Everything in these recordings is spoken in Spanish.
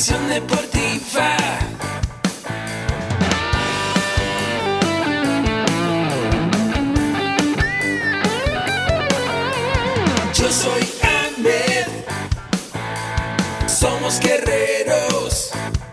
Nutrición deportiva. Yo soy Ahmed. Somos guerreros.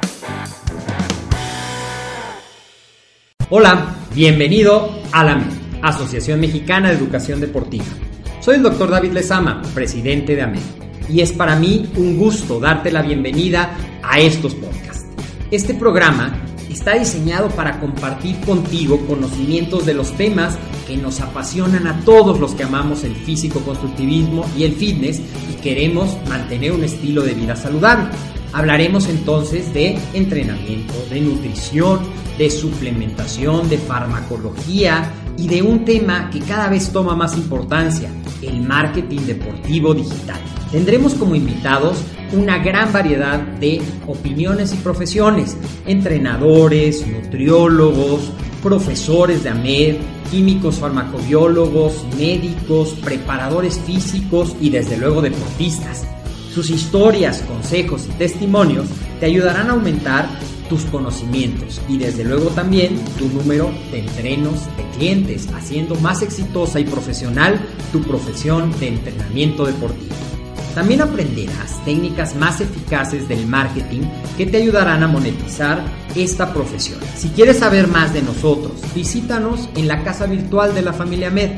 Hola, bienvenido a la Asociación Mexicana de Educación Deportiva. Soy el Dr. David Lezama, presidente de AMED, y es para mí un gusto darte la bienvenida a estos podcasts. Este programa está diseñado para compartir contigo conocimientos de los temas que nos apasionan a todos los que amamos el físico-constructivismo y el fitness y queremos mantener un estilo de vida saludable. Hablaremos entonces de entrenamiento, de nutrición, de suplementación, de farmacología y de un tema que cada vez toma más importancia, el marketing deportivo digital. Tendremos como invitados una gran variedad de opiniones y profesiones, entrenadores, nutriólogos, profesores de AMED, químicos farmacobiólogos, médicos, preparadores físicos y desde luego deportistas. Sus historias, consejos y testimonios te ayudarán a aumentar tus conocimientos y desde luego también tu número de entrenos de clientes, haciendo más exitosa y profesional tu profesión de entrenamiento deportivo. También aprenderás técnicas más eficaces del marketing que te ayudarán a monetizar esta profesión. Si quieres saber más de nosotros, visítanos en la casa virtual de la familia AMED,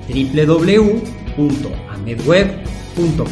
www.amedweb.com.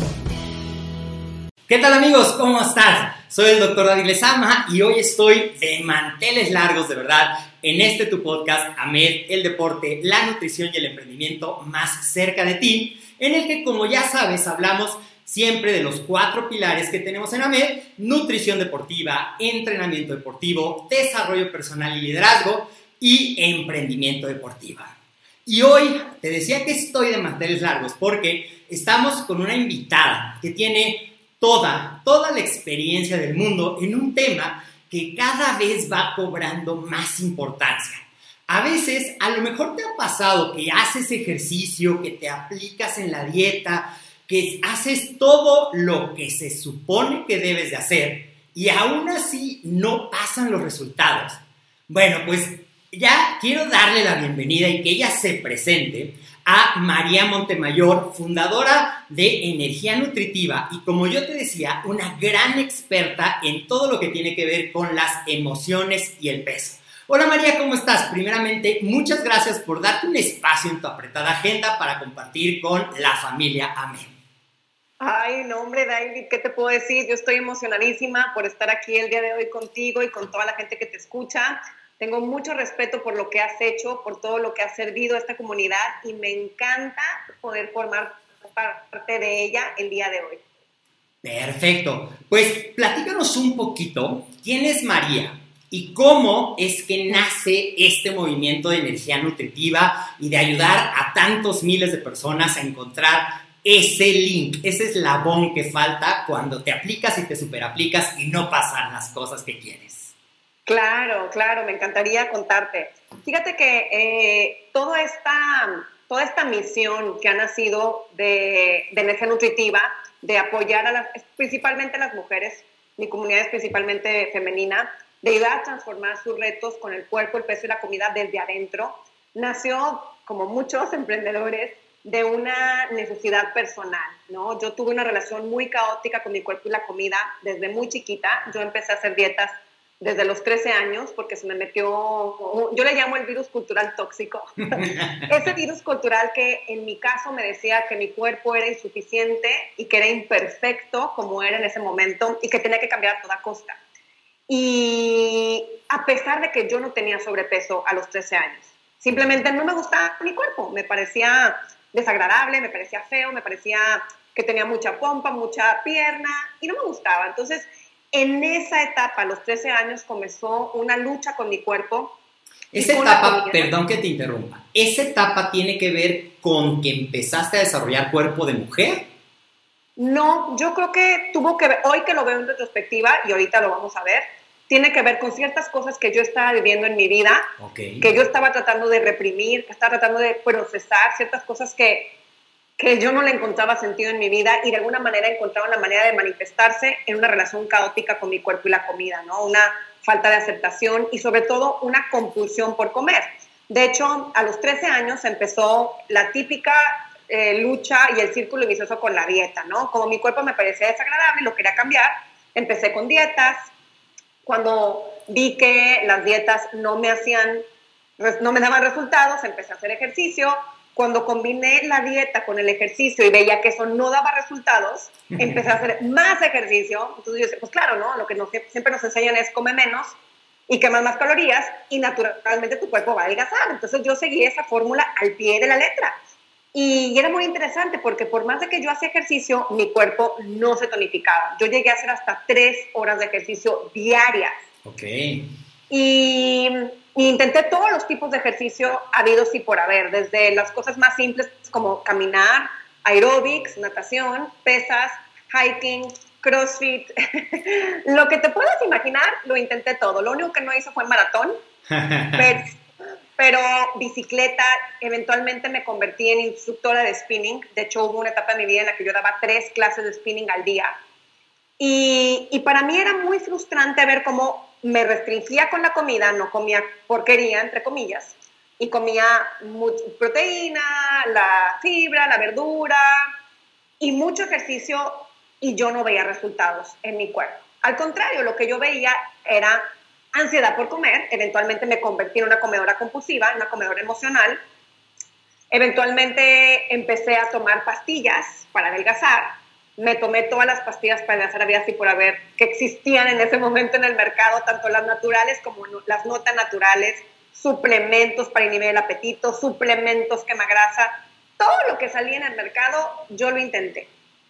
¿Qué tal amigos? ¿Cómo estás? Soy el Dr. David Lezama y hoy estoy de manteles largos, de verdad, en este tu podcast, AMED, el deporte, la nutrición y el emprendimiento más cerca de ti, en el que, como ya sabes, hablamos siempre de los 4 pilares que tenemos en AMED: nutrición deportiva, entrenamiento deportivo, desarrollo personal y liderazgo y emprendimiento deportivo. Y hoy te decía que estoy de manteles largos porque estamos con una invitada que tiene toda la experiencia del mundo en un tema que cada vez va cobrando más importancia. A veces, a lo mejor te ha pasado que haces ejercicio, que te aplicas en la dieta, que haces todo lo que se supone que debes de hacer y aún así no pasan los resultados. Bueno, pues ya quiero darle la bienvenida y que ella se presente a María Montemayor, fundadora de Energía Nutritiva y, como yo te decía, una gran experta en todo lo que tiene que ver con las emociones y el peso. Hola María, ¿cómo estás? Primeramente, muchas gracias por darte un espacio en tu apretada agenda para compartir con la familia AMED. Ay, no hombre, David, ¿qué te puedo decir? Yo estoy emocionadísima por estar aquí el día de hoy contigo y con toda la gente que te escucha. Tengo mucho respeto por lo que has hecho, por todo lo que has servido a esta comunidad y me encanta poder formar parte de ella el día de hoy. Perfecto. Pues platícanos un poquito quién es María y cómo es que nace este movimiento de energía nutritiva y de ayudar a tantos miles de personas a encontrar ese link, ese eslabón que falta cuando te aplicas y te superaplicas y no pasan las cosas que quieres. Claro, me encantaría contarte. Fíjate que toda esta misión que ha nacido de Energía Nutritiva, de apoyar principalmente a las mujeres, mi comunidad es principalmente femenina, de ayudar a transformar sus retos con el cuerpo, el peso y la comida desde adentro, nació, como muchos emprendedores, de una necesidad personal, ¿no? Yo tuve una relación muy caótica con mi cuerpo y la comida desde muy chiquita. Yo empecé a hacer dietas desde los 13 años, porque se me metió, yo le llamo el virus cultural tóxico, ese virus cultural que en mi caso me decía que mi cuerpo era insuficiente y que era imperfecto como era en ese momento y que tenía que cambiar a toda costa. Y a pesar de que yo no tenía sobrepeso a los 13 años, simplemente no me gustaba mi cuerpo, me parecía desagradable, me parecía feo, me parecía que tenía mucha pompa, mucha pierna y no me gustaba. Entonces, en esa etapa, a los 13 años, comenzó una lucha con mi cuerpo. Esa etapa, perdón que te interrumpa, ¿esa etapa tiene que ver con que empezaste a desarrollar cuerpo de mujer? No, yo creo que tuvo que ver, hoy que lo veo en retrospectiva, y ahorita lo vamos a ver, tiene que ver con ciertas cosas que yo estaba viviendo en mi vida, que yo estaba tratando de reprimir, que estaba tratando de procesar ciertas cosas que que yo no le encontraba sentido en mi vida y de alguna manera encontraba una manera de manifestarse en una relación caótica con mi cuerpo y la comida, ¿no? Una falta de aceptación y sobre todo una compulsión por comer. De hecho, a los 13 años empezó la típica lucha y el círculo vicioso con la dieta, ¿no? Como mi cuerpo me parecía desagradable y lo quería cambiar, empecé con dietas. Cuando vi que las dietas no me daban resultados, empecé a hacer ejercicio. Cuando combiné la dieta con el ejercicio y veía que eso no daba resultados, empecé a hacer más ejercicio. Entonces yo decía, pues claro, ¿no? Lo que siempre nos enseñan es come menos y quema más calorías y naturalmente tu cuerpo va a adelgazar. Entonces yo seguí esa fórmula al pie de la letra. Y era muy interesante porque por más de que yo hacía ejercicio, mi cuerpo no se tonificaba. Yo llegué a hacer hasta 3 horas de ejercicio diarias. Ok. Y intenté todos los tipos de ejercicio habidos y por haber, desde las cosas más simples como caminar, aeróbics, natación, pesas, hiking, crossfit. Lo que te puedas imaginar, lo intenté todo. Lo único que no hice fue maratón, pero bicicleta. Eventualmente me convertí en instructora de spinning. De hecho, hubo una etapa de mi vida en la que yo daba 3 clases de spinning al día. Y para mí era muy frustrante ver cómo me restringía con la comida, no comía porquería, entre comillas, y comía mucha proteína, la fibra, la verdura, y mucho ejercicio, y yo no veía resultados en mi cuerpo. Al contrario, lo que yo veía era ansiedad por comer. Eventualmente me convertí en una comedora compulsiva, en una comedora emocional. Eventualmente empecé a tomar pastillas para adelgazar. Me tomé todas las pastillas para adelgazar habidas y por haber que existían en ese momento en el mercado, tanto las naturales como las no tan naturales, suplementos para inhibir el apetito, suplementos quemagrasa, todo lo que salía en el mercado, yo lo intenté.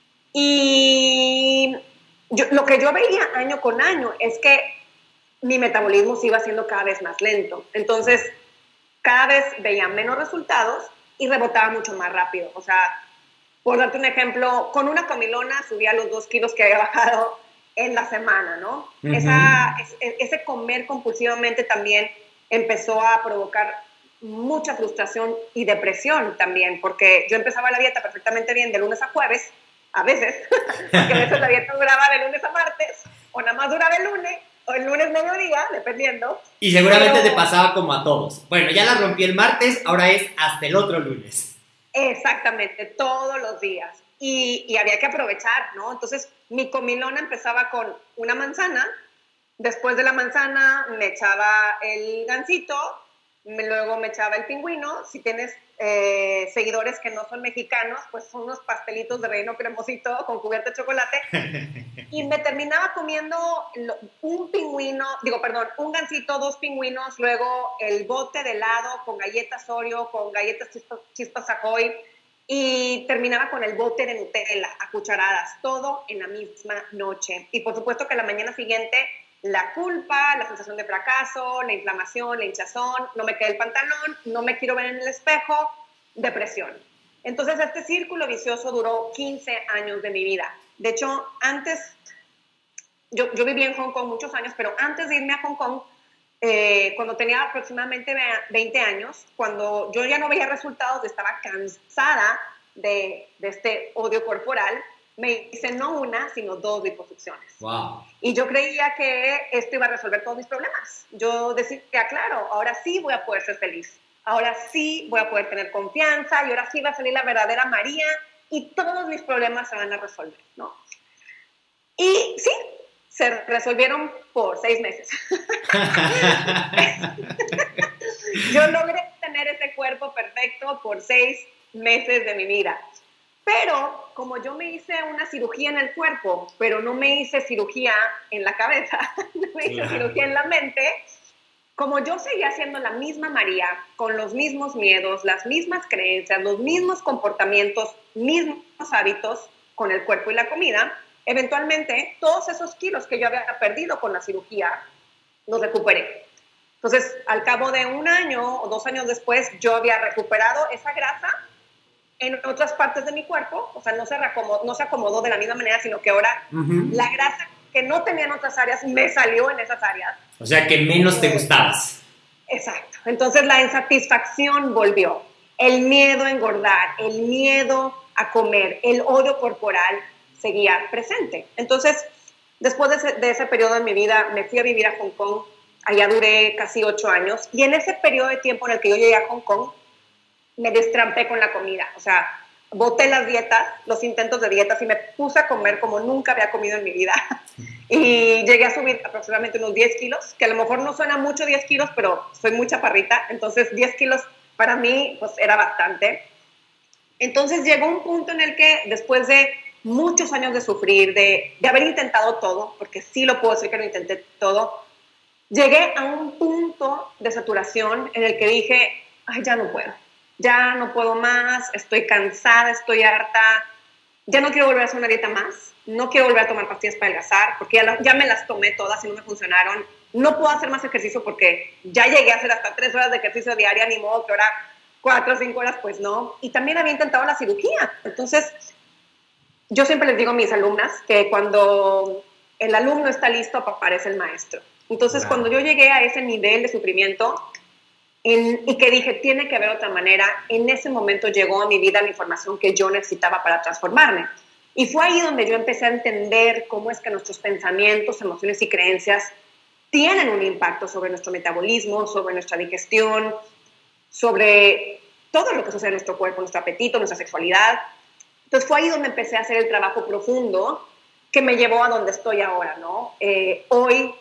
Y lo que yo veía año con año es que mi metabolismo se iba haciendo cada vez más lento. Entonces, cada vez veía menos resultados y rebotaba mucho más rápido. O sea, por darte un ejemplo, con una comilona subía los 2 kilos que había bajado en la semana, ¿no? Uh-huh. Ese comer compulsivamente también empezó a provocar mucha frustración y depresión también, porque yo empezaba la dieta perfectamente bien de lunes a jueves, a veces, porque a veces la dieta duraba de lunes a martes, o nada más duraba el lunes, o el lunes mediodía, dependiendo. Y seguramente te pasaba como a todos. Bueno, ya la rompí el martes, ahora es hasta el otro lunes. Exactamente, todos los días. Y había que aprovechar, ¿no? Entonces, mi comilona empezaba con una manzana. Después de la manzana me echaba el gansito, luego me echaba el pingüino. Si tienes seguidores que no son mexicanos, pues son unos pastelitos de relleno cremosito con cubierta de chocolate. Y me terminaba comiendo un gansito, 2 pingüinos, luego el bote de helado con galletas Oreo, con galletas chispas Ahoy, y terminaba con el bote de Nutella a cucharadas, todo en la misma noche. Y por supuesto que la mañana siguiente, la culpa, la sensación de fracaso, la inflamación, la hinchazón, no me queda el pantalón, no me quiero ver en el espejo, depresión. Entonces este círculo vicioso duró 15 años de mi vida. De hecho, antes, yo viví en Hong Kong muchos años, pero antes de irme a Hong Kong, cuando tenía aproximadamente 20 años, cuando yo ya no veía resultados, estaba cansada de este odio corporal, me hice no una, sino 2 liposucciones. Wow. Y yo creía que esto iba a resolver todos mis problemas. Yo decía, claro, ahora sí voy a poder ser feliz. Ahora sí voy a poder tener confianza y ahora sí va a salir la verdadera María y todos mis problemas se van a resolver, ¿no? Y sí, se resolvieron por 6 meses. Yo logré tener ese cuerpo perfecto por 6 meses de mi vida. Pero como yo me hice una cirugía en el cuerpo, pero no me hice cirugía en la cabeza, no me hice cirugía en la mente, como yo seguía siendo la misma María, con los mismos miedos, las mismas creencias, los mismos comportamientos, mismos hábitos con el cuerpo y la comida, eventualmente todos esos kilos que yo había perdido con la cirugía, los recuperé. Entonces, al cabo de 1 año o 2 años después, yo había recuperado esa grasa en otras partes de mi cuerpo, o sea, no se acomodó de la misma manera, sino que ahora la grasa que no tenía en otras áreas me salió en esas áreas. O sea, que menos te gustabas. Exacto. Entonces la insatisfacción volvió, el miedo a engordar, el miedo a comer, el odio corporal seguía presente. Entonces, después de ese periodo en mi vida, me fui a vivir a Hong Kong. Allá duré casi 8 años. Y en ese periodo de tiempo en el que yo llegué a Hong Kong, me destrampé con la comida. O sea, boté las dietas, los intentos de dietas y me puse a comer como nunca había comido en mi vida. Y llegué a subir aproximadamente unos 10 kilos, que a lo mejor no suena mucho 10 kilos, pero soy muy chaparrita. Entonces 10 kilos para mí pues era bastante. Entonces llegó un punto en el que después de muchos años de sufrir, de haber intentado todo, porque sí lo puedo decir que lo intenté todo, llegué a un punto de saturación en el que dije, ay, ya no puedo más, estoy cansada, estoy harta, ya no quiero volver a hacer una dieta más, no quiero volver a tomar pastillas para adelgazar, porque ya me las tomé todas y no me funcionaron, no puedo hacer más ejercicio porque ya llegué a hacer hasta 3 horas de ejercicio diaria, ni modo que ahora 4 o 5 horas, pues no, y también había intentado la cirugía. Entonces, yo siempre les digo a mis alumnas que cuando el alumno está listo, aparece el maestro. Entonces, cuando yo llegué a ese nivel de sufrimiento y que dije, tiene que haber otra manera, en ese momento llegó a mi vida la información que yo necesitaba para transformarme. Y fue ahí donde yo empecé a entender cómo es que nuestros pensamientos, emociones y creencias tienen un impacto sobre nuestro metabolismo, sobre nuestra digestión, sobre todo lo que sucede en nuestro cuerpo, nuestro apetito, nuestra sexualidad. Entonces fue ahí donde empecé a hacer el trabajo profundo que me llevó a donde estoy ahora, ¿no? Hoy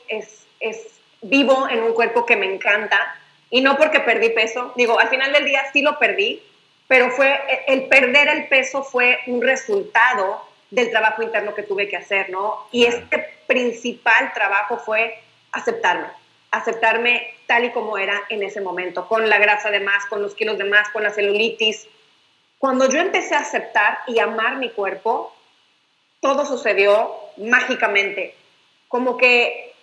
vivo en un cuerpo que me encanta y no porque perdí peso. Digo, al final del día sí lo perdí, pero el perder el peso fue un resultado del trabajo interno que tuve que hacer, ¿no? Y este principal trabajo fue aceptarme tal y como era en ese momento, con la grasa de más, con los kilos de más, con la celulitis. Cuando yo empecé a aceptar y amar mi cuerpo, todo sucedió mágicamente. Como que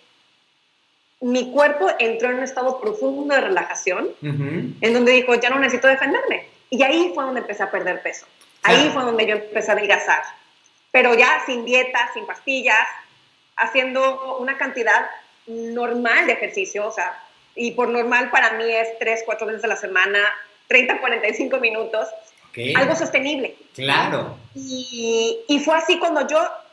mi cuerpo entró en un estado profundo de relajación, en donde dijo, ya no necesito defenderme. Y ahí fue donde empecé a perder peso. Ahí fue donde yo empecé a adelgazar. Pero ya sin dieta, sin pastillas, haciendo una cantidad normal de ejercicio. O sea, y por normal para mí es 3-4 veces a la semana, 30-45 minutos. Okay. Algo sostenible. Claro. Y fue así cuando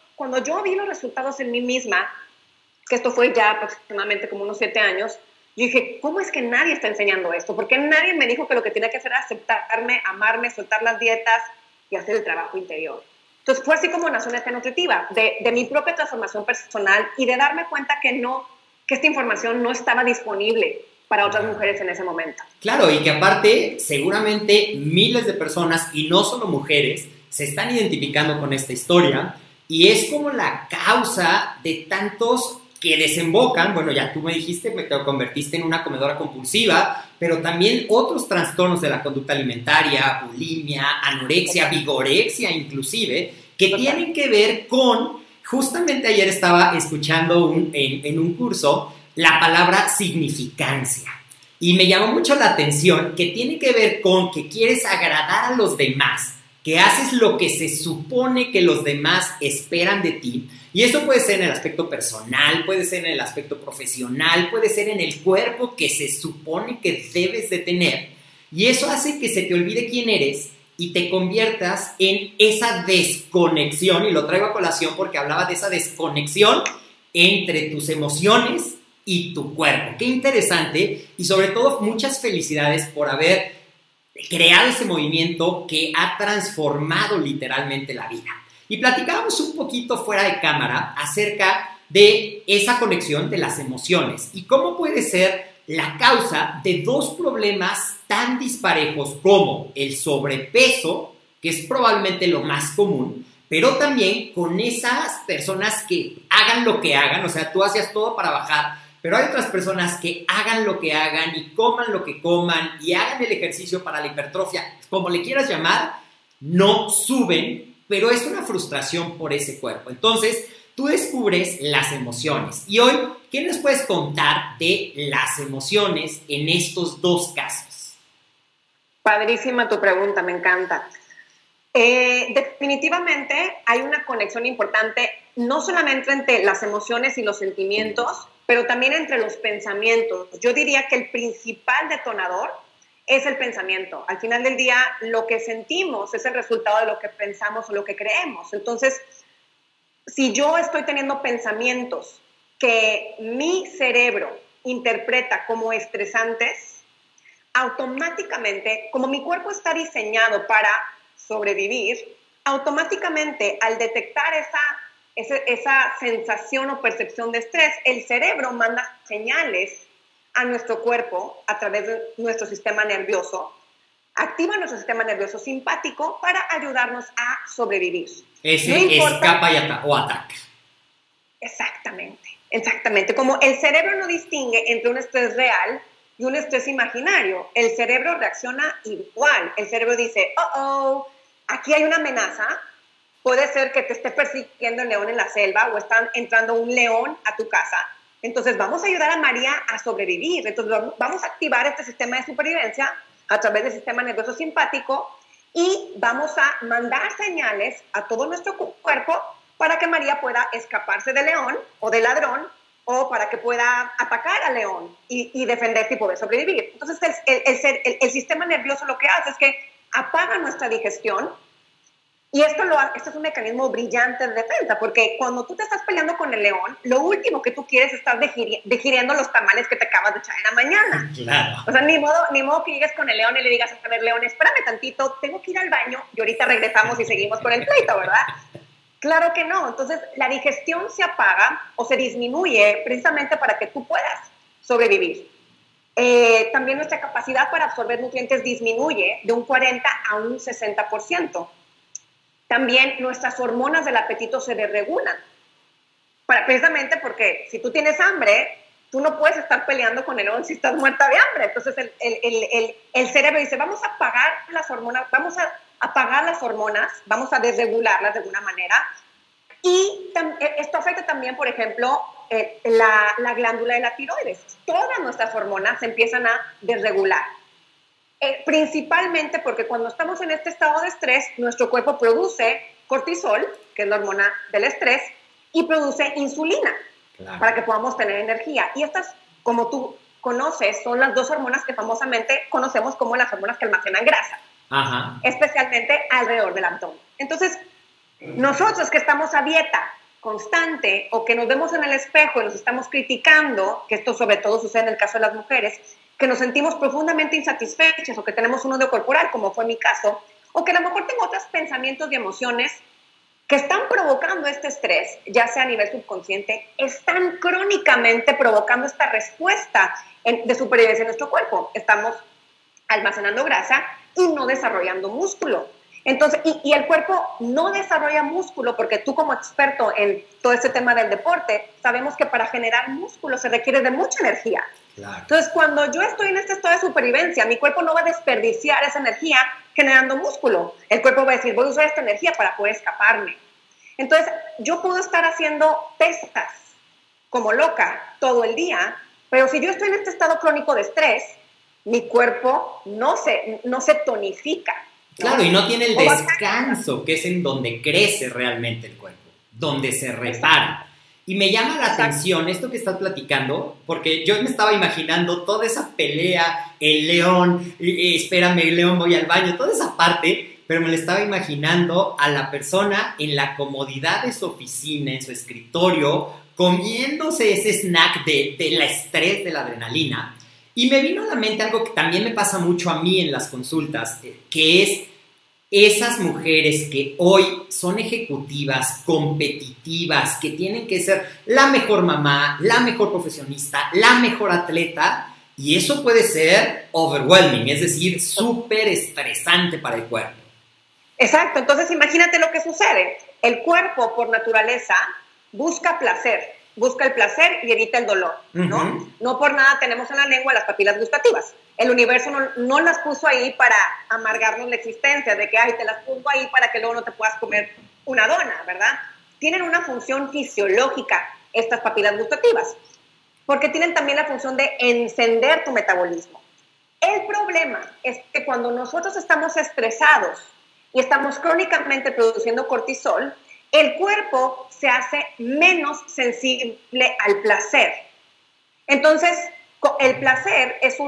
yo vi los resultados en mí misma, que esto fue ya aproximadamente como unos 7 años, yo dije, ¿cómo es que nadie está enseñando esto? Porque nadie me dijo que lo que tenía que hacer era aceptarme, amarme, soltar las dietas y hacer el trabajo interior. Entonces fue así como nació Energía Nutritiva, de mi propia transformación personal y de darme cuenta que esta información no estaba disponible para otras mujeres en ese momento. Claro, y que aparte seguramente miles de personas, y no solo mujeres, se están identificando con esta historia, y es como la causa de tantos que desembocan, bueno, ya tú me dijiste que te convertiste en una comedora compulsiva, pero también otros trastornos de la conducta alimentaria, bulimia, anorexia, vigorexia inclusive, que tienen que ver con, justamente ayer estaba escuchando en un curso, la palabra significancia. Y me llamó mucho la atención que tiene que ver con que quieres agradar a los demás, que haces lo que se supone que los demás esperan de ti. Y eso puede ser en el aspecto personal, puede ser en el aspecto profesional, puede ser en el cuerpo que se supone que debes de tener. Y eso hace que se te olvide quién eres y te conviertas en esa desconexión. Y lo traigo a colación porque hablaba de esa desconexión entre tus emociones y tu cuerpo. Qué interesante, y sobre todo muchas felicidades por haber creado ese movimiento que ha transformado literalmente la vida. Y platicábamos un poquito fuera de cámara acerca de esa conexión de las emociones y cómo puede ser la causa de dos problemas tan disparejos como el sobrepeso, que es probablemente lo más común, pero también con esas personas que hagan lo que hagan, o sea, tú hacías todo para bajar, pero hay otras personas que hagan lo que hagan y coman lo que coman y hagan el ejercicio para la hipertrofia, como le quieras llamar, no suben, pero es una frustración por ese cuerpo. Entonces, tú descubres las emociones. Y hoy, ¿qué nos puedes contar de las emociones en estos dos casos? Padrísima tu pregunta, me encanta. Definitivamente hay una conexión importante, no solamente entre las emociones y los sentimientos, pero también entre los pensamientos. Yo diría que el principal detonador es el pensamiento. Al final del día, lo que sentimos es el resultado de lo que pensamos o lo que creemos. Entonces, si yo estoy teniendo pensamientos que mi cerebro interpreta como estresantes, automáticamente, como mi cuerpo está diseñado para sobrevivir, automáticamente al detectar esa sensación o percepción de estrés, el cerebro manda señales a nuestro cuerpo a través de nuestro sistema nervioso, activa nuestro sistema nervioso simpático para ayudarnos a sobrevivir. Ese escapa o ataca. Exactamente. Como el cerebro no distingue entre un estrés real y un estrés imaginario, el cerebro reacciona igual. El cerebro dice, aquí hay una amenaza. Puede ser que te esté persiguiendo el león en la selva o está entrando un león a tu casa. Entonces vamos a ayudar a María a sobrevivir. Entonces vamos a activar este sistema de supervivencia a través del sistema nervioso simpático y vamos a mandar señales a todo nuestro cuerpo para que María pueda escaparse del león o del ladrón o para que pueda atacar al león y defenderse y poder sobrevivir. Entonces el sistema nervioso lo que hace es que apaga nuestra digestión. Y esto es un mecanismo brillante de defensa, porque cuando tú te estás peleando con el león, lo último que tú quieres es estar digiriendo los tamales que te acabas de echar en la mañana. Claro. O sea, ni modo que llegues con el león y le digas a ver, león, espérame tantito, tengo que ir al baño y ahorita regresamos y seguimos con el pleito, ¿verdad? Claro que no. Entonces, la digestión se apaga o se disminuye precisamente para que tú puedas sobrevivir. También nuestra capacidad para absorber nutrientes disminuye de un 40 a un 60%. También nuestras hormonas del apetito se desregulan. Precisamente porque si tú tienes hambre, tú no puedes estar peleando con el león si estás muerta de hambre. Entonces el cerebro dice, vamos a apagar las hormonas, vamos a desregularlas de alguna manera. Y esto afecta también, por ejemplo, la glándula de la tiroides. Todas nuestras hormonas se empiezan a desregular. Principalmente porque cuando estamos en este estado de estrés, nuestro cuerpo produce cortisol, que es la hormona del estrés, y produce insulina para que podamos tener energía. Y estas, como tú conoces, son las dos hormonas que famosamente conocemos como las hormonas que almacenan grasa, especialmente alrededor del abdomen. Entonces, nosotros que estamos a dieta constante o que nos vemos en el espejo y nos estamos criticando, que esto sobre todo sucede en el caso de las mujeres, que nos sentimos profundamente insatisfechos o que tenemos un odio corporal, como fue mi caso, o que a lo mejor tengo otros pensamientos y emociones que están provocando este estrés, ya sea a nivel subconsciente, están crónicamente provocando esta respuesta de supervivencia en nuestro cuerpo. Estamos almacenando grasa y no desarrollando músculo. Entonces, y el cuerpo no desarrolla músculo porque tú como experto en todo este tema del deporte, sabemos que para generar músculo se requiere de mucha energía. Claro. Entonces, cuando yo estoy en este estado de supervivencia, mi cuerpo no va a desperdiciar esa energía generando músculo. El cuerpo va a decir, voy a usar esta energía para poder escaparme. Entonces, yo puedo estar haciendo pesas como loca todo el día, pero si yo estoy en este estado crónico de estrés, mi cuerpo no se tonifica. ¿No? Claro, y no tiene el descanso, que es en donde crece realmente el cuerpo, donde se repara. Y me llama la atención esto que estás platicando, porque yo me estaba imaginando toda esa pelea, el león, espérame, el león, voy al baño, toda esa parte, pero me lo estaba imaginando a la persona en la comodidad de su oficina, en su escritorio, comiéndose ese snack del estrés, de la adrenalina. Y me vino a la mente algo que también me pasa mucho a mí en las consultas, que es esas mujeres que hoy son ejecutivas, competitivas, que tienen que ser la mejor mamá, la mejor profesionista, la mejor atleta, y eso puede ser overwhelming, es decir, súper estresante para el cuerpo. Exacto, entonces imagínate lo que sucede. El cuerpo, por naturaleza, busca placer. Busca el placer y evita el dolor, ¿no? Uh-huh. No por nada tenemos en la lengua las papilas gustativas. El universo no las puso ahí para amargarnos la existencia, de que, ay, te las pongo ahí para que luego no te puedas comer una dona, ¿verdad? Tienen una función fisiológica estas papilas gustativas, porque tienen también la función de encender tu metabolismo. El problema es que cuando nosotros estamos estresados y estamos crónicamente produciendo cortisol, el cuerpo se hace menos sensible al placer. Entonces, el placer es un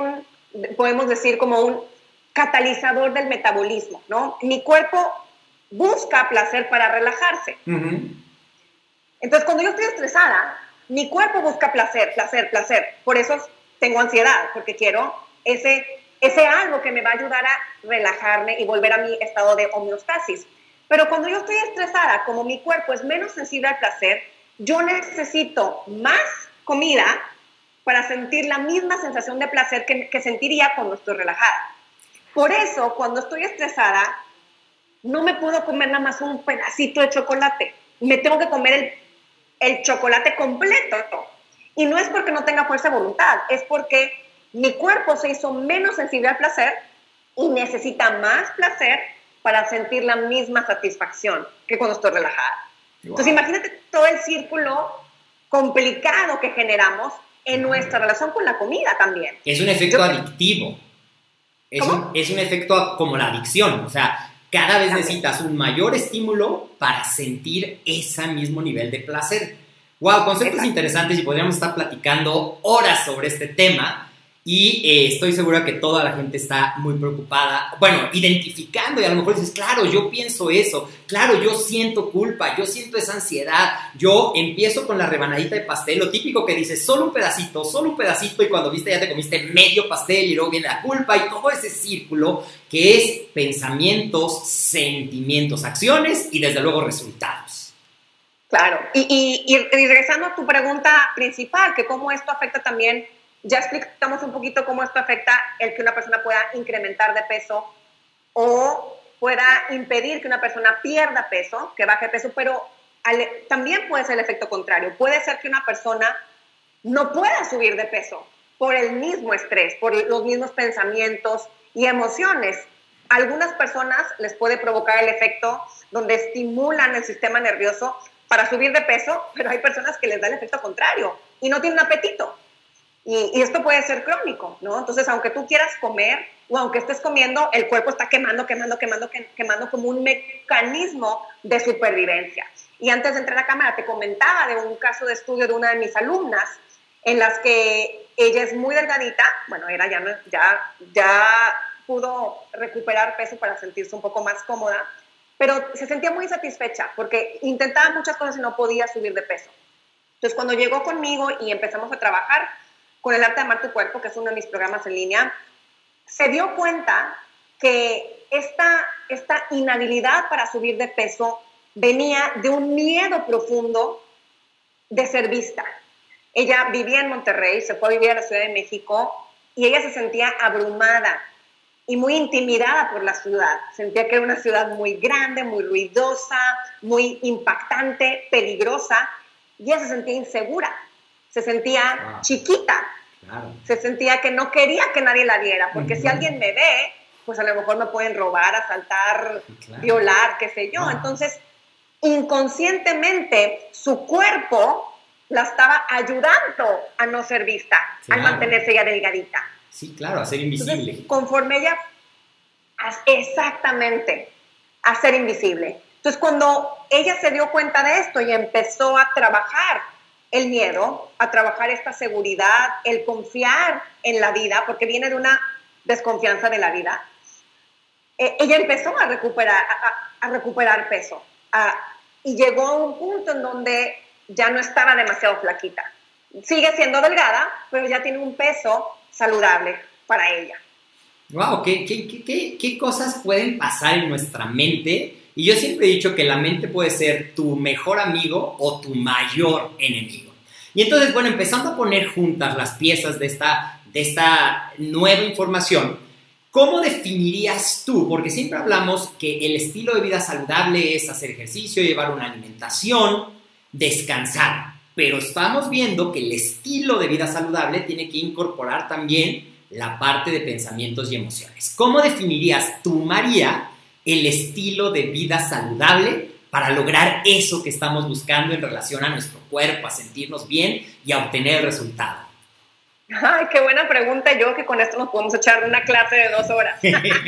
podemos decir, como un catalizador del metabolismo, ¿no? Mi cuerpo busca placer para relajarse. Uh-huh. Entonces, cuando yo estoy estresada, mi cuerpo busca placer. Por eso tengo ansiedad, porque quiero ese algo que me va a ayudar a relajarme y volver a mi estado de homeostasis. Pero cuando yo estoy estresada, como mi cuerpo es menos sensible al placer, yo necesito más comida para sentir la misma sensación de placer que sentiría cuando estoy relajada. Por eso, cuando estoy estresada, no me puedo comer nada más un pedacito de chocolate. Me tengo que comer el chocolate completo. Y no es porque no tenga fuerza de voluntad, es porque mi cuerpo se hizo menos sensible al placer y necesita más placer para sentir la misma satisfacción que cuando estoy relajada. Wow. Entonces, imagínate todo el círculo complicado que generamos en nuestra relación con la comida también. Es un efecto adictivo. Es un efecto como la adicción. O sea, cada vez necesitas un mayor estímulo para sentir ese mismo nivel de placer. Wow, conceptos interesantes y podríamos estar platicando horas sobre este tema. Y estoy segura que toda la gente está muy preocupada, bueno, identificando, y a lo mejor dices, claro, yo pienso eso, claro, yo siento culpa, yo siento esa ansiedad, yo empiezo con la rebanadita de pastel, lo típico que dices, solo un pedacito, y cuando viste ya te comiste medio pastel y luego viene la culpa y todo ese círculo que es pensamientos, sentimientos, acciones y desde luego resultados. Claro, y regresando a tu pregunta principal, que cómo esto afecta también. Ya explicamos un poquito cómo esto afecta el que una persona pueda incrementar de peso o pueda impedir que una persona pierda peso, que baje peso, pero también puede ser el efecto contrario. Puede ser que una persona no pueda subir de peso por el mismo estrés, por los mismos pensamientos y emociones. A algunas personas les puede provocar el efecto donde estimulan el sistema nervioso para subir de peso, pero hay personas que les da el efecto contrario y no tienen apetito. Y esto puede ser crónico, ¿no? Entonces, aunque tú quieras comer o aunque estés comiendo, el cuerpo está quemando como un mecanismo de supervivencia. Y antes de entrar a la cámara te comentaba de un caso de estudio de una de mis alumnas en las que ella es muy delgadita, bueno, ya pudo recuperar peso para sentirse un poco más cómoda, pero se sentía muy insatisfecha porque intentaba muchas cosas y no podía subir de peso. Entonces, cuando llegó conmigo y empezamos a trabajar con el arte de amar tu cuerpo, que es uno de mis programas en línea, se dio cuenta que esta inhabilidad para subir de peso venía de un miedo profundo de ser vista. Ella vivía en Monterrey, se fue a vivir a la Ciudad de México y ella se sentía abrumada y muy intimidada por la ciudad. Sentía que era una ciudad muy grande, muy ruidosa, muy impactante, peligrosa, y ella se sentía insegura. Se sentía chiquita, claro. Se sentía que no quería que nadie la viera, porque si alguien me ve, pues a lo mejor me pueden robar, asaltar, claro, violar, qué sé yo. Entonces, inconscientemente, su cuerpo la estaba ayudando a no ser vista, claro, a mantenerse ya delgadita. Sí, claro, a ser invisible. Entonces, conforme ella, exactamente, a ser invisible. Entonces, cuando ella se dio cuenta de esto y empezó a trabajar el miedo, a trabajar esta seguridad, el confiar en la vida, porque viene de una desconfianza de la vida, ella empezó a recuperar peso y llegó a un punto en donde ya no estaba demasiado flaquita. Sigue siendo delgada, pero ya tiene un peso saludable para ella. Wow, ¿qué cosas pueden pasar en nuestra mente? Y yo siempre he dicho que la mente puede ser tu mejor amigo o tu mayor enemigo. Y entonces, bueno, empezando a poner juntas las piezas de esta nueva información, ¿cómo definirías tú? Porque siempre hablamos que el estilo de vida saludable es hacer ejercicio, llevar una alimentación, descansar. Pero estamos viendo que el estilo de vida saludable tiene que incorporar también la parte de pensamientos y emociones. ¿Cómo definirías tú, María, el estilo de vida saludable para lograr eso que estamos buscando en relación a nuestro cuerpo, a sentirnos bien y a obtener el resultado? Ay, qué buena pregunta. Yo que con esto nos podemos echar una clase de 2 horas.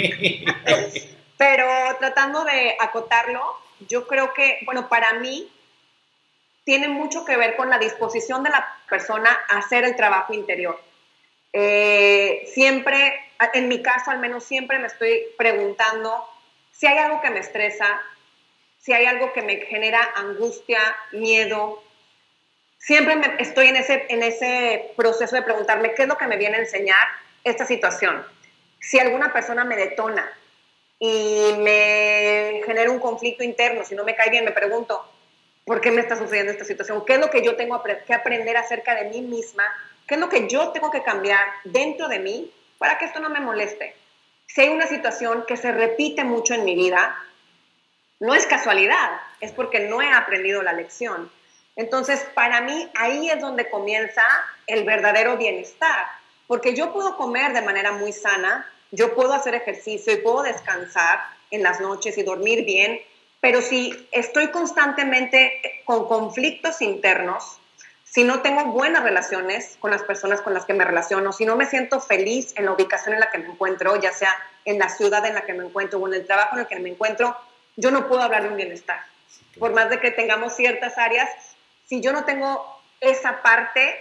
Pero tratando de acotarlo, yo creo que, bueno, para mí tiene mucho que ver con la disposición de la persona a hacer el trabajo interior. Siempre, en mi caso al menos, siempre me estoy preguntando si hay algo que me estresa, si hay algo que me genera angustia, miedo. Siempre estoy en ese proceso de preguntarme qué es lo que me viene a enseñar esta situación. Si alguna persona me detona y me genera un conflicto interno, si no me cae bien, me pregunto, ¿por qué me está sucediendo esta situación? ¿Qué es lo que yo tengo que aprender acerca de mí misma? ¿Qué es lo que yo tengo que cambiar dentro de mí para que esto no me moleste? Si hay una situación que se repite mucho en mi vida, no es casualidad, es porque no he aprendido la lección. Entonces, para mí, ahí es donde comienza el verdadero bienestar, porque yo puedo comer de manera muy sana, yo puedo hacer ejercicio y puedo descansar en las noches y dormir bien, pero si estoy constantemente con conflictos internos, si no tengo buenas relaciones con las personas con las que me relaciono, si no me siento feliz en la ubicación en la que me encuentro, ya sea en la ciudad en la que me encuentro o en el trabajo en el que me encuentro, yo no puedo hablar de un bienestar. Por más de que tengamos ciertas áreas, si yo no tengo esa parte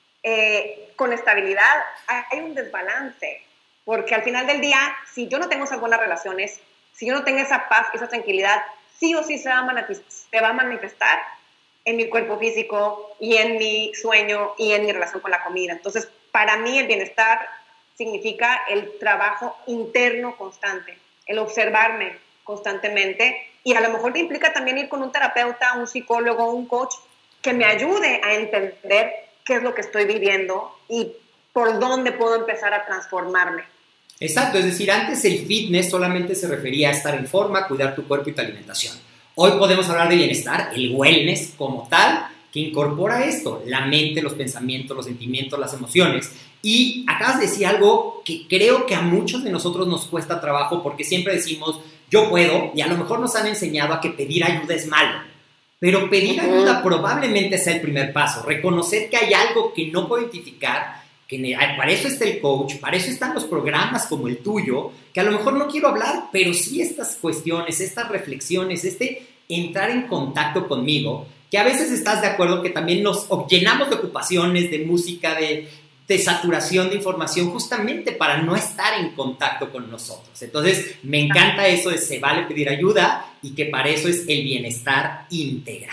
con estabilidad, hay un desbalance. Porque al final del día, si yo no tengo esas buenas relaciones, si yo no tengo esa paz, esa tranquilidad, sí o sí se va a manifestar en mi cuerpo físico y en mi sueño y en mi relación con la comida. Entonces, para mí el bienestar significa el trabajo interno constante, el observarme constantemente, y a lo mejor me implica también ir con un terapeuta, un psicólogo, un coach que me ayude a entender qué es lo que estoy viviendo y por dónde puedo empezar a transformarme. Exacto, es decir, antes el fitness solamente se refería a estar en forma, cuidar tu cuerpo y tu alimentación. Hoy podemos hablar de bienestar, el wellness como tal, que incorpora esto, la mente, los pensamientos, los sentimientos, las emociones. Y acabas de decir algo que creo que a muchos de nosotros nos cuesta trabajo, porque siempre decimos, yo puedo, y a lo mejor nos han enseñado a que pedir ayuda es malo. Pero pedir ayuda probablemente sea el primer paso, reconocer que hay algo que no puedo identificar, que para eso está el coach, para eso están los programas como el tuyo, que a lo mejor no quiero hablar, pero sí estas cuestiones, estas reflexiones, entrar en contacto conmigo, que a veces estás de acuerdo que también nos llenamos de ocupaciones, de música, de saturación de información, justamente para no estar en contacto con nosotros. Entonces, me encanta eso de se vale pedir ayuda y que para eso es el bienestar integral.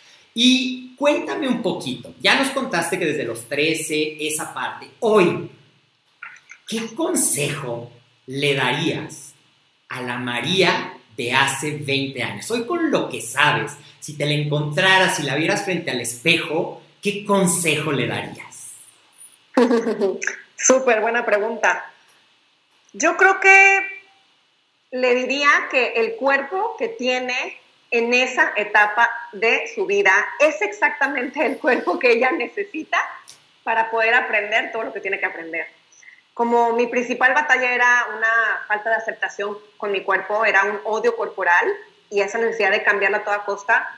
Y cuéntame un poquito, ya nos contaste que desde los 13, esa parte. Hoy, ¿qué consejo le darías a la María de hace 20 años? Hoy con lo que sabes, si te la encontraras, si la vieras frente al espejo, ¿qué consejo le darías? Súper buena pregunta. Yo creo que le diría que el cuerpo que tiene en esa etapa de su vida es exactamente el cuerpo que ella necesita para poder aprender todo lo que tiene que aprender. Como mi principal batalla era una falta de aceptación con mi cuerpo, era un odio corporal y esa necesidad de cambiarla a toda costa,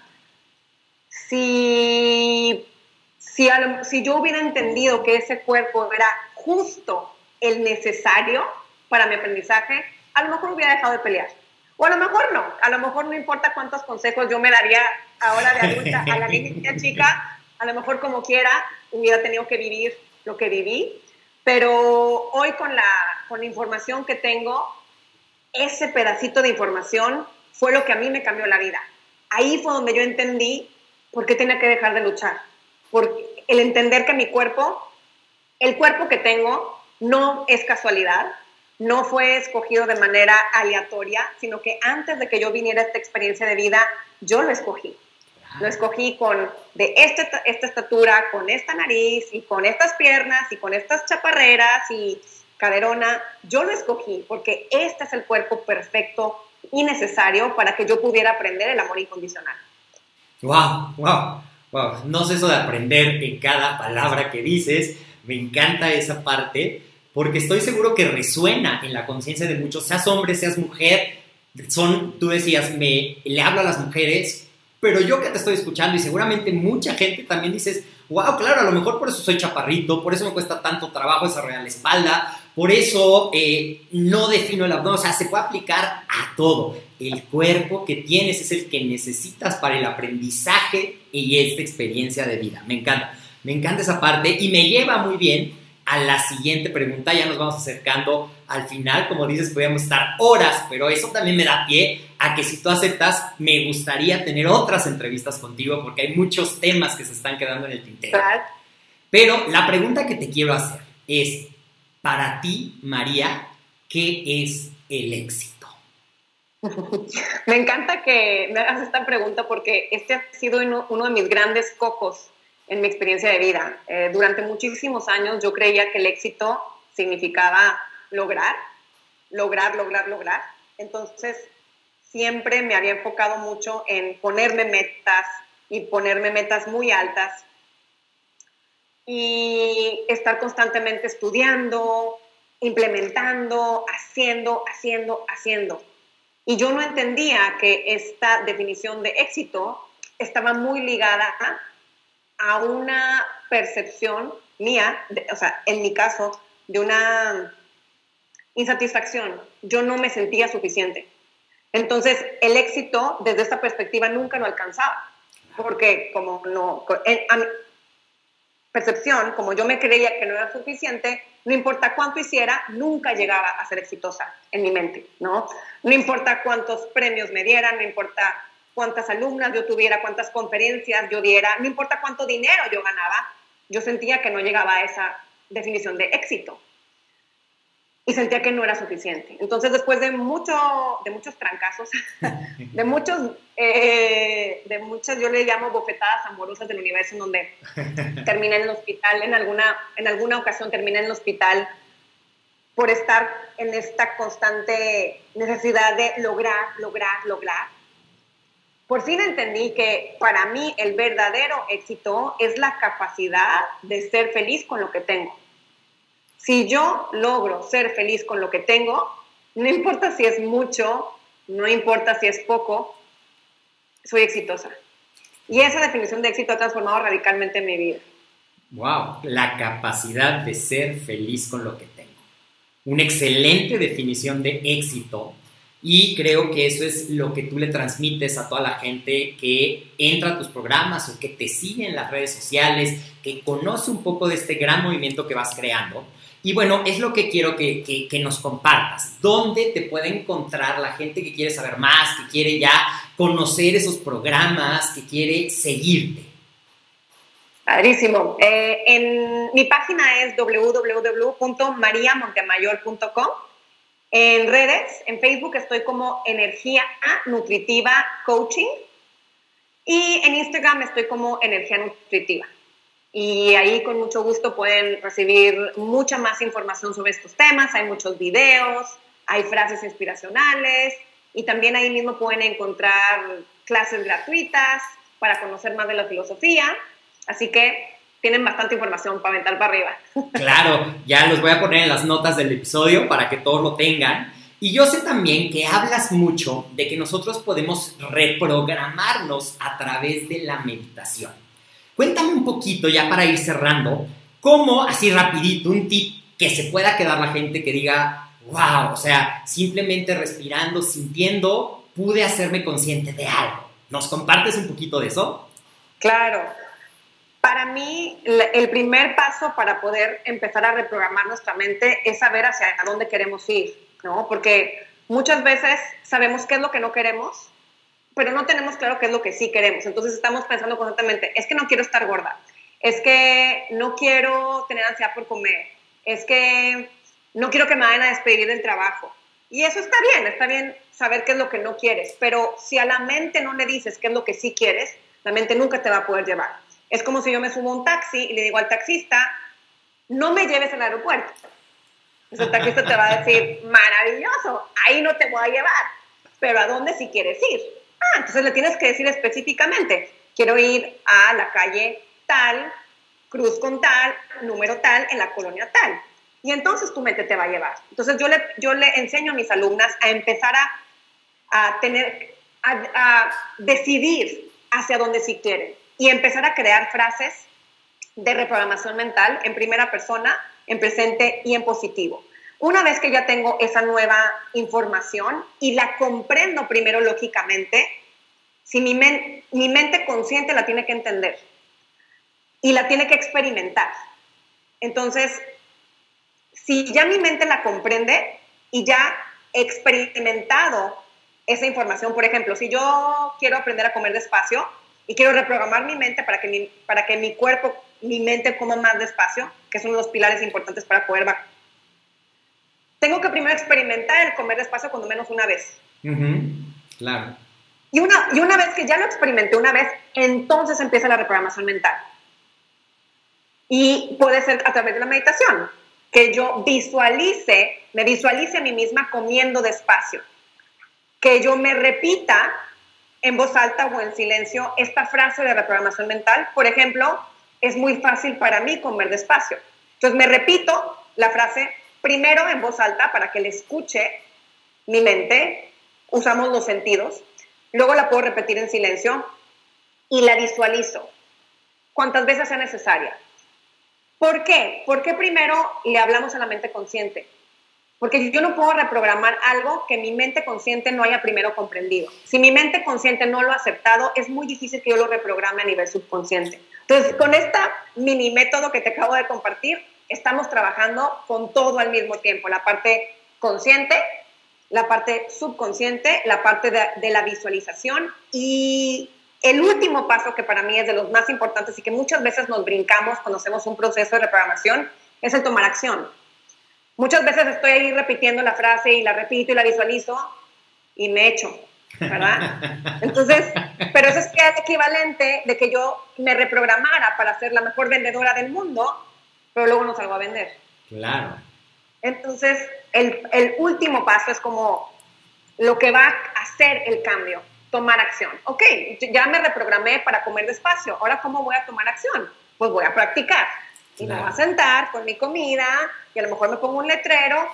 si yo hubiera entendido que ese cuerpo era justo el necesario para mi aprendizaje, a lo mejor hubiera dejado de pelear. O a lo mejor no importa cuántos consejos yo me daría ahora de adulta a la niña chica, a lo mejor como quiera hubiera tenido que vivir lo que viví, pero hoy con la información que tengo, ese pedacito de información fue lo que a mí me cambió la vida. Ahí fue donde yo entendí por qué tenía que dejar de luchar, por el entender que el cuerpo que tengo no es casualidad, no fue escogido de manera aleatoria, sino que antes de que yo viniera a esta experiencia de vida, yo lo escogí. Lo escogí de esta estatura, con esta nariz, y con estas piernas, y con estas chaparreras, y caderona. Yo lo escogí porque este es el cuerpo perfecto y necesario para que yo pudiera aprender el amor incondicional. ¡Wow! No sé eso de aprender en cada palabra que dices. Me encanta esa parte, porque estoy seguro que resuena en la conciencia de muchos, seas hombre, seas mujer. Tú decías, le hablo a las mujeres, pero yo que te estoy escuchando y seguramente mucha gente también dices, wow, claro, a lo mejor por eso soy chaparrito, por eso me cuesta tanto trabajo desarrollar la espalda, por eso no defino el abdomen. O sea, se puede aplicar a todo. El cuerpo que tienes es el que necesitas para el aprendizaje y esta experiencia de vida. Me encanta esa parte y me lleva muy bien a la siguiente pregunta. Ya nos vamos acercando al final. Como dices, podríamos estar horas, pero eso también me da pie a que si tú aceptas, me gustaría tener otras entrevistas contigo porque hay muchos temas que se están quedando en el tintero. Claro. Pero la pregunta que te quiero hacer es, para ti, María, ¿qué es el éxito? Me encanta que me hagas esta pregunta porque este ha sido uno de mis grandes cocos en mi experiencia de vida. Durante muchísimos años yo creía que el éxito significaba lograr. Entonces siempre me había enfocado mucho en ponerme metas muy altas y estar constantemente estudiando, implementando, haciendo. Y yo no entendía que esta definición de éxito estaba muy ligada a una percepción mía, o sea, en mi caso, de una insatisfacción. Yo no me sentía suficiente. Entonces, el éxito, desde esta perspectiva, nunca lo alcanzaba. Porque a mi percepción, como yo me creía que no era suficiente, no importa cuánto hiciera, nunca llegaba a ser exitosa en mi mente, ¿no? No importa cuántos premios me dieran, no importa cuántas alumnas yo tuviera, cuántas conferencias yo diera, no importa cuánto dinero yo ganaba, yo sentía que no llegaba a esa definición de éxito y sentía que no era suficiente. Entonces, después de muchos trancazos, de muchas, yo le llamo bofetadas amorosas del universo, en donde terminé en el hospital, en alguna ocasión terminé en el hospital por estar en esta constante necesidad de lograr. Por fin entendí que para mí el verdadero éxito es la capacidad de ser feliz con lo que tengo. Si yo logro ser feliz con lo que tengo, no importa si es mucho, no importa si es poco, soy exitosa. Y esa definición de éxito ha transformado radicalmente mi vida. ¡Wow! La capacidad de ser feliz con lo que tengo. Una excelente definición de éxito. Y creo que eso es lo que tú le transmites a toda la gente que entra a tus programas o que te sigue en las redes sociales, que conoce un poco de este gran movimiento que vas creando. Y bueno, es lo que quiero que nos compartas. ¿Dónde te puede encontrar la gente que quiere saber más, que quiere ya conocer esos programas, que quiere seguirte? Padrísimo. Mi página es www.mariamontemayor.com. En redes, en Facebook estoy como Energía Nutritiva Coaching y en Instagram estoy como Energía Nutritiva. Y ahí con mucho gusto pueden recibir mucha más información sobre estos temas. Hay muchos videos, hay frases inspiracionales y también ahí mismo pueden encontrar clases gratuitas para conocer más de la filosofía. Así que tienen bastante información para aventar para arriba. Claro, ya los voy a poner en las notas del episodio para que todos lo tengan. Y yo sé también que hablas mucho de que nosotros podemos reprogramarnos a través de la meditación. Cuéntame un poquito, ya para ir cerrando, cómo, así rapidito, un tip que se pueda quedar la gente que diga, wow, o sea, simplemente respirando, sintiendo, pude hacerme consciente de algo. ¿Nos compartes un poquito de eso? Claro. Para mí, el primer paso para poder empezar a reprogramar nuestra mente es saber hacia dónde queremos ir, ¿no? Porque muchas veces sabemos qué es lo que no queremos, pero no tenemos claro qué es lo que sí queremos. Entonces estamos pensando constantemente, es que no quiero estar gorda, es que no quiero tener ansiedad por comer, es que no quiero que me vayan a despedir del trabajo. Y eso está bien saber qué es lo que no quieres, pero si a la mente no le dices qué es lo que sí quieres, la mente nunca te va a poder llevar. Es como si yo me subo a un taxi y le digo al taxista, no me lleves al aeropuerto. Entonces el taxista te va a decir, maravilloso, ahí no te voy a llevar, pero ¿a dónde sí quieres ir? Entonces le tienes que decir específicamente, quiero ir a la calle tal, cruz con tal, número tal, en la colonia tal. Y entonces tu mente te va a llevar. Entonces yo le enseño a mis alumnas a empezar a decidir hacia dónde sí quieren y empezar a crear frases de reprogramación mental en primera persona, en presente y en positivo. Una vez que ya tengo esa nueva información y la comprendo primero lógicamente, si mi mente consciente la tiene que entender y la tiene que experimentar. Entonces, si ya mi mente la comprende y ya he experimentado esa información, por ejemplo, si yo quiero aprender a comer despacio y quiero reprogramar mi mente para que mi cuerpo, mi mente coma más despacio, que es uno de los pilares importantes para poder bajar, tengo que primero experimentar el comer despacio cuando menos una vez. Claro. Y una vez que ya lo experimenté una vez, entonces empieza la reprogramación mental. Y puede ser a través de la meditación, que yo me visualice a mí misma comiendo despacio, que yo me repita en voz alta o en silencio esta frase de reprogramación mental. Por ejemplo, es muy fácil para mí comer despacio. Entonces me repito la frase primero en voz alta para que le escuche mi mente, usamos los sentidos, luego la puedo repetir en silencio y la visualizo cuantas veces sea necesaria. ¿Por qué? ¿Por qué primero le hablamos a la mente consciente? Porque yo no puedo reprogramar algo que mi mente consciente no haya primero comprendido. Si mi mente consciente no lo ha aceptado, es muy difícil que yo lo reprograme a nivel subconsciente. Entonces, con este mini método que te acabo de compartir, estamos trabajando con todo al mismo tiempo. La parte consciente, la parte subconsciente, la parte de la visualización y el último paso, que para mí es de los más importantes y que muchas veces nos brincamos cuando hacemos un proceso de reprogramación, es el tomar acción. Muchas veces estoy ahí repitiendo la frase y la repito y la visualizo y me echo, ¿verdad? Entonces, pero eso es que es equivalente de que yo me reprogramara para ser la mejor vendedora del mundo, pero luego no salgo a vender. Claro. Entonces, el último paso es como lo que va a hacer el cambio, tomar acción. Ok, ya me reprogramé para comer despacio, ahora ¿cómo voy a tomar acción? Pues voy a practicar. Y me voy a sentar con mi comida y a lo mejor me pongo un letrero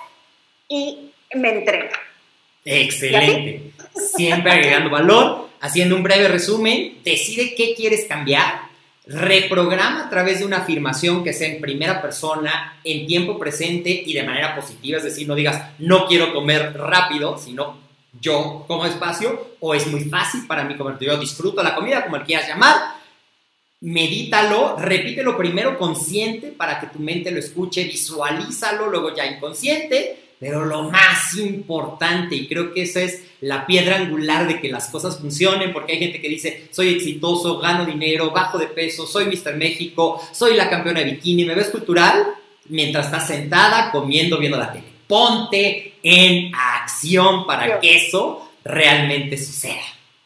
y me entreno. Excelente. Siempre agregando valor, haciendo un breve resumen, decide qué quieres cambiar, reprograma a través de una afirmación que sea en primera persona, en tiempo presente y de manera positiva, es decir, no digas no quiero comer rápido, sino yo como despacio o es muy fácil para mí comer, yo disfruto la comida, como le quieras llamar. Medítalo, repítelo primero consciente para que tu mente lo escuche, visualízalo, luego ya inconsciente, pero lo más importante, y creo que esa es la piedra angular de que las cosas funcionen, porque hay gente que dice, soy exitoso, gano dinero, bajo de peso, soy Mr. México, soy la campeona de bikini, ¿me ves cultural? Mientras estás sentada comiendo, viendo la tele. Ponte en acción para que eso realmente suceda.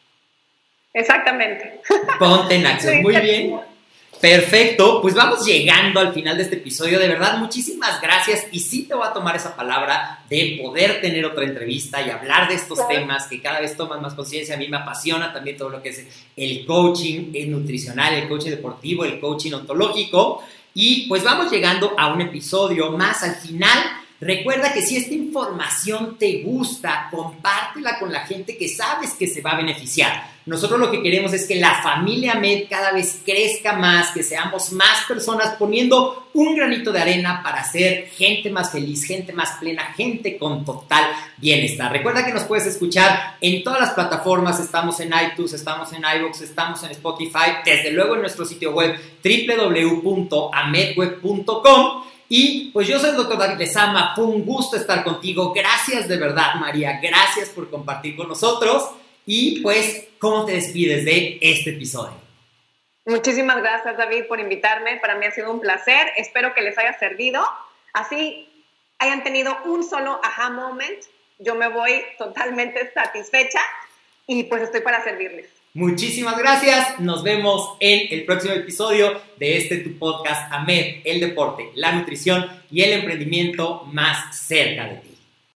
Exactamente. Ponte en acción. Muy bien. Perfecto. Pues vamos llegando al final de este episodio. De verdad, muchísimas gracias. Y sí te voy a tomar esa palabra de poder tener otra entrevista y hablar de estos temas que cada vez toman más conciencia. A mí me apasiona también todo lo que es el coaching nutricional, el coaching deportivo, el coaching ontológico. Y pues vamos llegando a un episodio más al final. Recuerda que si esta información te gusta, compártela con la gente que sabes que se va a beneficiar. Nosotros lo que queremos es que la familia AMED cada vez crezca más, que seamos más personas poniendo un granito de arena para ser gente más feliz, gente más plena, gente con total bienestar. Recuerda que nos puedes escuchar en todas las plataformas, estamos en iTunes, estamos en iVoox, estamos en Spotify, desde luego en nuestro sitio web www.amedweb.com. Y pues yo soy el Dr. David Lezama, fue un gusto estar contigo, gracias de verdad María, gracias por compartir con nosotros y pues, ¿cómo te despides de este episodio? Muchísimas gracias David por invitarme, para mí ha sido un placer, espero que les haya servido, así hayan tenido un solo aha moment, yo me voy totalmente satisfecha y pues estoy para servirles. Muchísimas gracias, nos vemos en el próximo episodio de tu podcast AMED, el deporte, la nutrición y el emprendimiento más cerca de ti.